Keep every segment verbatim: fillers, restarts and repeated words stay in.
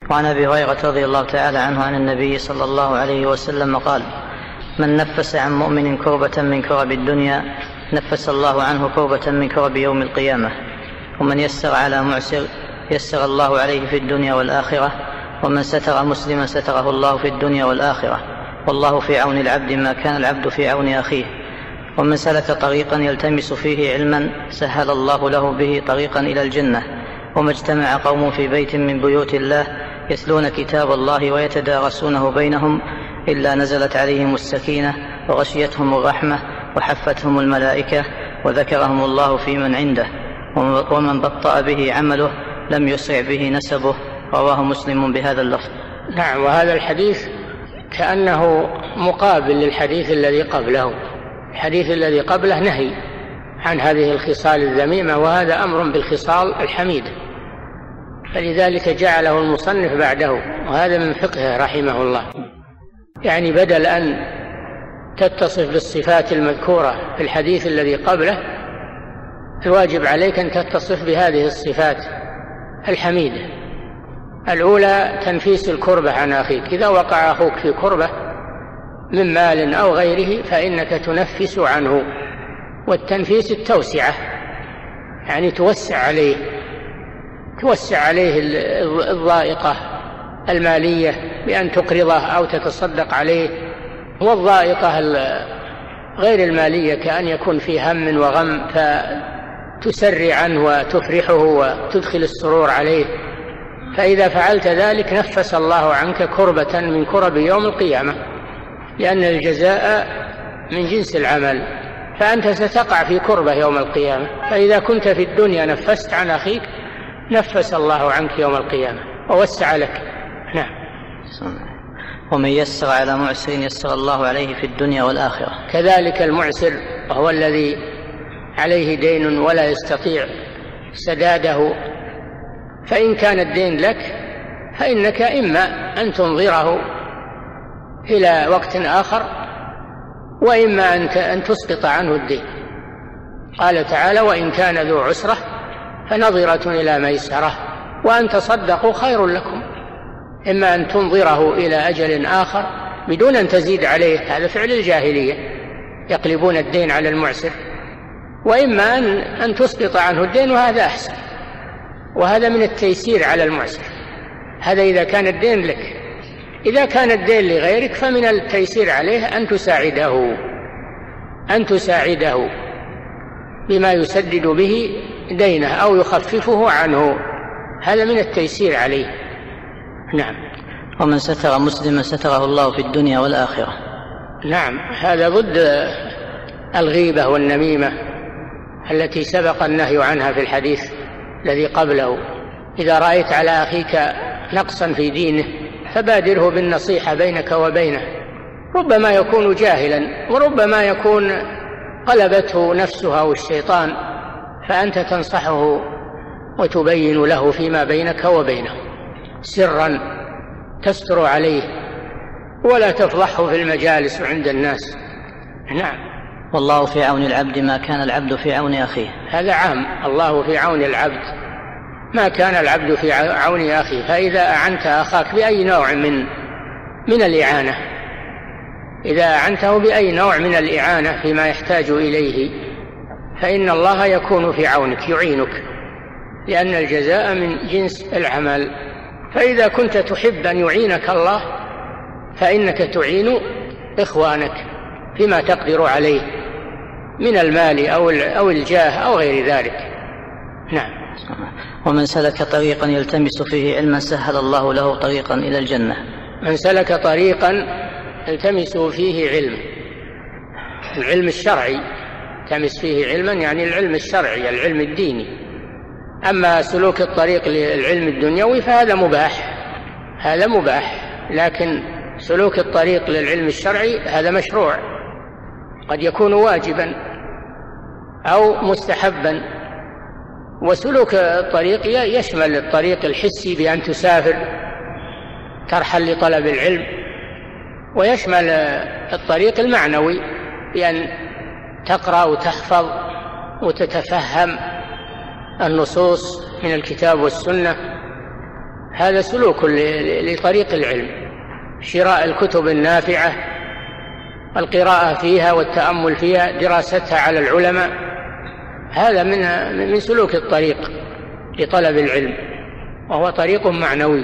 وعن أبي هريرة رضي الله تعالى عنه عن النبي صلى الله عليه وسلم قال: من نفس عن مؤمن كربة من كرب الدنيا نفس الله عنه كربة من كرب يوم القيامة، ومن يسر على معسر يسر الله عليه في الدنيا والآخرة، ومن ستر مسلما ستره الله في الدنيا والآخرة، والله في عون العبد ما كان العبد في عون أخيه. ومن سلك طريقا يلتمس فيه علما سهل الله له به طريقا إلى الجنة. وما اجتمع قوم في بيت من بيوت الله يتلون كتاب الله ويتدارسونه بينهم إلا نزلت عليهم السكينة وغشيتهم الرحمة وحفتهم الملائكة وذكرهم الله في من عنده. ومن بطأ به عمله لم يسرع به نسبه. رواه مسلم بهذا اللفظ. نعم. وهذا الحديث كأنه مقابل للحديث الذي قبله. الحديث الذي قبله نهي عن هذه الخصال الذميمة، وهذا أمر بالخصال الحميدة، فلذلك جعله المصنف بعده، وهذا من فقهه رحمه الله. يعني بدل أن تتصف بالصفات المذكورة في الحديث الذي قبله، الواجب عليك أن تتصف بهذه الصفات الحميدة. الأولى تنفيس الكربة عن أخيك، إذا وقع أخوك في كربة من مال أو غيره فإنك تنفس عنه. والتنفيس التوسعة، يعني توسع عليه توسع عليه الضائقة المالية بأن تقرضه أو تتصدق عليه، والضائقة غير المالية كأن يكون في هم وغم فتسري عنه وتفرحه وتدخل السرور عليه. فإذا فعلت ذلك نفس الله عنك كربة من كرب يوم القيامة، لأن الجزاء من جنس العمل، فأنت ستقع في كربة يوم القيامة. فإذا كنت في الدنيا نفست عن أخيك نفس الله عنك يوم القيامة ووسع لك. نعم. ومن يسر على معسر يسر الله عليه في الدنيا والآخرة. كذلك المعسر وهو الذي عليه دين ولا يستطيع سداده، فإن كان الدين لك فإنك إما أن تنظره إلى وقت آخر، وإما أن تسقط عنه الدين. قال تعالى: وإن كان ذو عسرة فنظرة إلى ميسرة وأن تصدقوا خير لكم. إما أن تنظره إلى أجل آخر بدون أن تزيد عليه، هذا فعل الجاهلية، يقلبون الدين على المعسر، وإما أن, أن تسقط عنه الدين، وهذا أحسن، وهذا من التيسير على المعسر. هذا إذا كان الدين لك. إذا كان الدين لغيرك فمن التيسير عليه أن تساعده أن تساعده بما يسدد به دينه أو يخففه عنه، هذا من التيسير عليه. نعم. ومن ستر مسلما ستره الله في الدنيا والآخرة. نعم. هذا ضد الغيبة والنميمة التي سبق النهي عنها في الحديث الذي قبله. إذا رأيت على أخيك نقصا في دينه فبادره بالنصيحة بينك وبينه، ربما يكون جاهلا وربما يكون غلبته نفسه أو الشيطان، فأنت تنصحه وتبين له فيما بينك وبينه سرا، تستر عليه ولا تفضحه في المجالس وعند الناس. نعم. والله في عون العبد ما كان العبد في عون أخيه. هذا عام، الله في عون العبد ما كان العبد في عون أخيه. فإذا أعنت أخاك بأي نوع من من الإعانة، إذا أعنته بأي نوع من الإعانة فيما يحتاج إليه، فإن الله يكون في عونك يعينك، لأن الجزاء من جنس العمل. فإذا كنت تحب أن يعينك الله فإنك تعين إخوانك فيما تقدر عليه من المال أو الجاه أو غير ذلك. نعم. ومن سلك طريقا يلتمس فيه علما سهل الله له طريقا إلى الجنة. من سلك طريقا يلتمس فيه علم، العلم الشرعي، يلتمس فيه علما يعني العلم الشرعي، العلم الديني. أما سلوك الطريق للعلم الدنيوي فهذا مباح، هذا مباح، لكن سلوك الطريق للعلم الشرعي هذا مشروع، قد يكون واجبا أو مستحبا. وسلوك الطريق يشمل الطريق الحسي بأن تسافر ترحل لطلب العلم، ويشمل الطريق المعنوي بأن تقرأ وتحفظ وتتفهم النصوص من الكتاب والسنة هذا سلوك لطريق العلم، شراء الكتب النافعة، القراءة فيها والتأمل فيها، دراستها على العلماء، هذا من من سلوك الطريق لطلب العلم، وهو طريق معنوي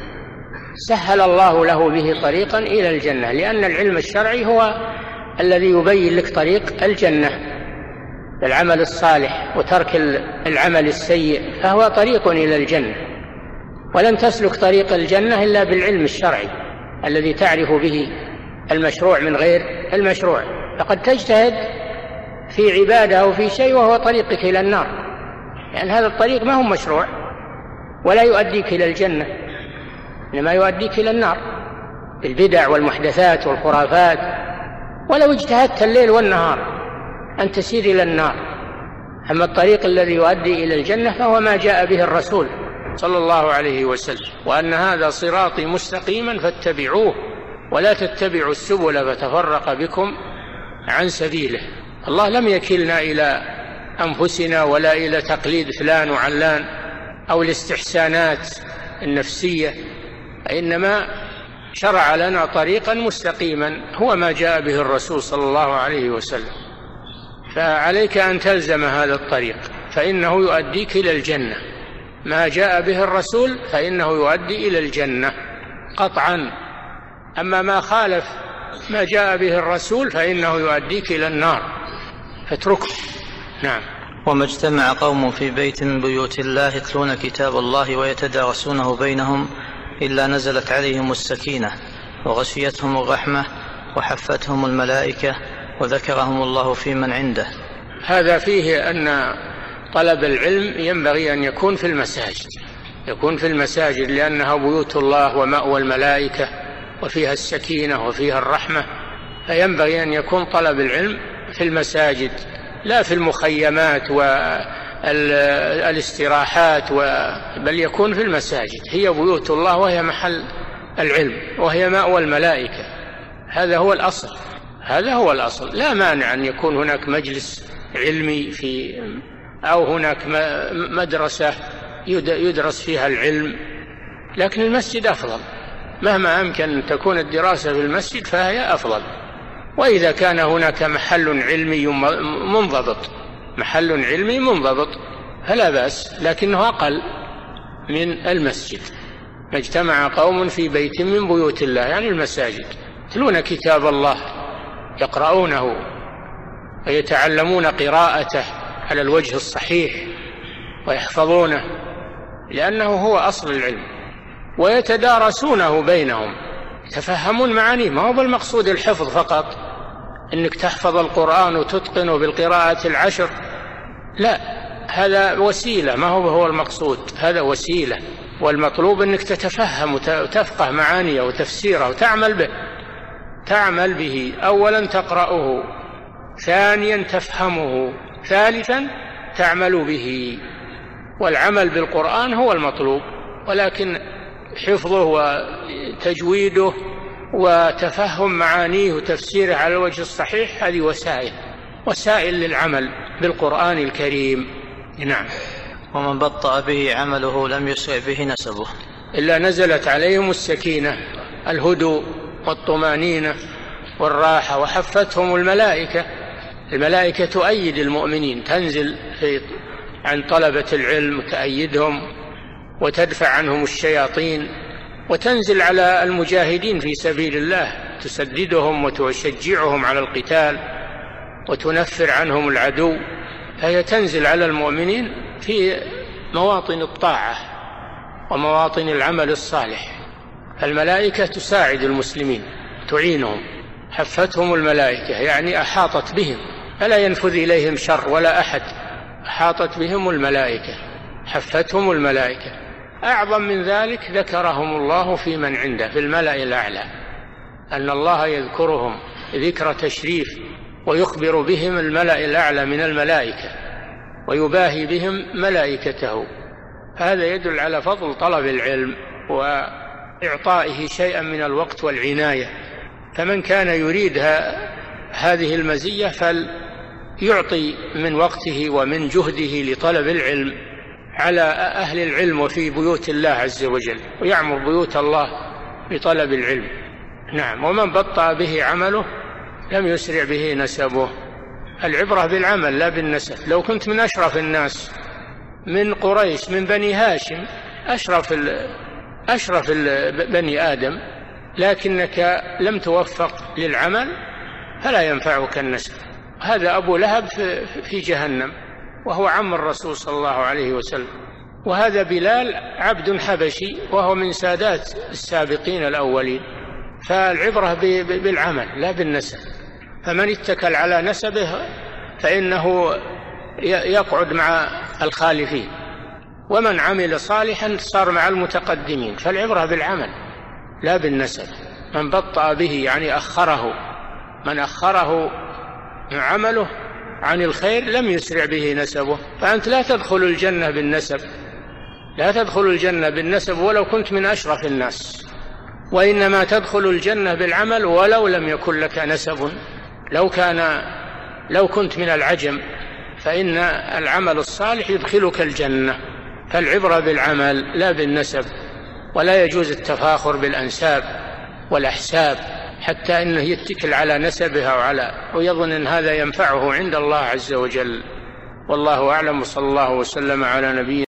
سهل الله له به طريقا إلى الجنة، لأن العلم الشرعي هو الذي يبين لك طريق الجنة، العمل الصالح وترك العمل السيء، فهو طريق إلى الجنة. ولن تسلك طريق الجنة إلا بالعلم الشرعي الذي تعرف به المشروع من غير المشروع. فقد تجتهد في عبادة أو في شيء وهو طريقك إلى النار، لأن يعني هذا الطريق ما هو مشروع ولا يؤديك إلى الجنة، إنما يؤديك إلى النار بالبدع والمحدثات والخرافات. ولو اجتهدت الليل والنهار أن تسير إلى النار. أما الطريق الذي يؤدي إلى الجنة فهو ما جاء به الرسول صلى الله عليه وسلم، وأن هذا صراطي مستقيما فاتبعوه ولا تتبعوا السبل فتفرق بكم عن سبيله. الله لم يكلنا إلى أنفسنا ولا إلى تقليد فلان وعلان أو الاستحسانات النفسية، إنما شرع لنا طريقا مستقيما هو ما جاء به الرسول صلى الله عليه وسلم. فعليك أن تلزم هذا الطريق فإنه يؤديك إلى الجنة، ما جاء به الرسول فإنه يؤدي إلى الجنة قطعا. أما ما خالف ما جاء به الرسول فإنه يؤديك إلى النار، فاتركه. نعم. وما اجتمع قوم في بيت من بيوت الله يتلون كتاب الله ويتدارسونه بينهم إلا نزلت عليهم السكينة وغشيتهم الرحمة وحفتهم الملائكة وذكرهم الله في من عنده. هذا فيه أن طلب العلم ينبغي أن يكون في المساجد، يكون في المساجد لأنها بيوت الله ومأوى الملائكة وفيها السكينة وفيها الرحمة، فينبغي أن يكون طلب العلم في المساجد لا في المخيمات والاستراحات، بل يكون في المساجد، هي بيوت الله وهي محل العلم وهي مأوى الملائكة. هذا هو الأصل، هذا هو الأصل. لا مانع أن يكون هناك مجلس علمي في أو هناك مدرسة يدرس فيها العلم، لكن المسجد أفضل، مهما أمكن أن تكون الدراسة في المسجد فهي أفضل. وإذا كان هناك محل علمي منضبط، محل علمي منضبط فلا بأس، لكنه أقل من المسجد. ما اجتمع قوم في بيت من بيوت الله يعني المساجد يتلون كتاب الله، يقرؤونه ويتعلمون قراءته على الوجه الصحيح ويحفظونه، لأنه هو أصل العلم، ويتدارسونه بينهم، يتفهمون معانيه. ما هو بالمقصود الحفظ فقط، إنك تحفظ القرآن وتتقنه بالقراءة العشر، لا، هذا وسيلة، ما هو هو المقصود، هذا وسيلة، والمطلوب أنك تتفهم وتفقه معانيه وتفسيره وتعمل به، تعمل به. أولا تقرأه، ثانيا تفهمه، ثالثا تعمل به. والعمل بالقرآن هو المطلوب، ولكن حفظه وتجويده وتفهم معانيه وتفسيره على الوجه الصحيح هذه وسائل وسائل للعمل بالقرآن الكريم. نعم. ومن بطأ به عمله لم يسرع به نسبه إلا نزلت عليهم السكينة، الهدوء والطمانينة والراحة، وحفتهم الملائكة. الملائكة تؤيد المؤمنين، تنزل في عن طلبة العلم تأيدهم وتدفع عنهم الشياطين، وتنزل على المجاهدين في سبيل الله تسددهم وتشجعهم على القتال وتنفر عنهم العدو. فهي تنزل على المؤمنين في مواطن الطاعة ومواطن العمل الصالح. الملائكة تساعد المسلمين تعينهم، حفتهم الملائكة يعني أحاطت بهم، فلا ينفذ إليهم شر ولا أحد، أحاطت بهم الملائكة، حفتهم الملائكة. أعظم من ذلك ذكرهم الله في من عنده في الملأ الأعلى، أن الله يذكرهم ذكر تشريف ويخبر بهم الملأ الأعلى من الملائكة ويباهي بهم ملائكته. هذا يدل على فضل طلب العلم وإعطائه شيئا من الوقت والعناية. فمن كان يريد هذه المزية فليعطي من وقته ومن جهده لطلب العلم على أهل العلم وفي بيوت الله عز وجل، ويعمر بيوت الله بطلب العلم. نعم. ومن بطأ به عمله لم يسرع به نسبه. العبرة بالعمل لا بالنسب. لو كنت من أشرف الناس، من قريش، من بني هاشم، أشرف ال أشرف ال بني آدم، لكنك لم توفق للعمل فلا ينفعك النسب. هذا أبو لهب في جهنم وهو عم الرسول صلى الله عليه وسلم، وهذا بلال عبد حبشي وهو من سادات السابقين الأولين. فالعبرة بالعمل لا بالنسب. فمن اتكل على نسبه فإنه يقعد مع الخالفين، ومن عمل صالحا صار مع المتقدمين. فالعبرة بالعمل لا بالنسب. من بطأ به يعني أخره، من أخره عمله عن الخير لم يسرع به نسبه. فأنت لا تدخل الجنة بالنسب، لا تدخل الجنة بالنسب ولو كنت من أشرف الناس، وإنما تدخل الجنة بالعمل ولو لم يكن لك نسب. لو كان لو كنت من العجم فإن العمل الصالح يدخلك الجنة. فالعبرة بالعمل لا بالنسب. ولا يجوز التفاخر بالأنساب والأحساب حتى إنه يتكل على نسبها وعلى ويظن أن هذا ينفعه عند الله عز وجل. والله أعلم، وصلى الله وسلم على نبينا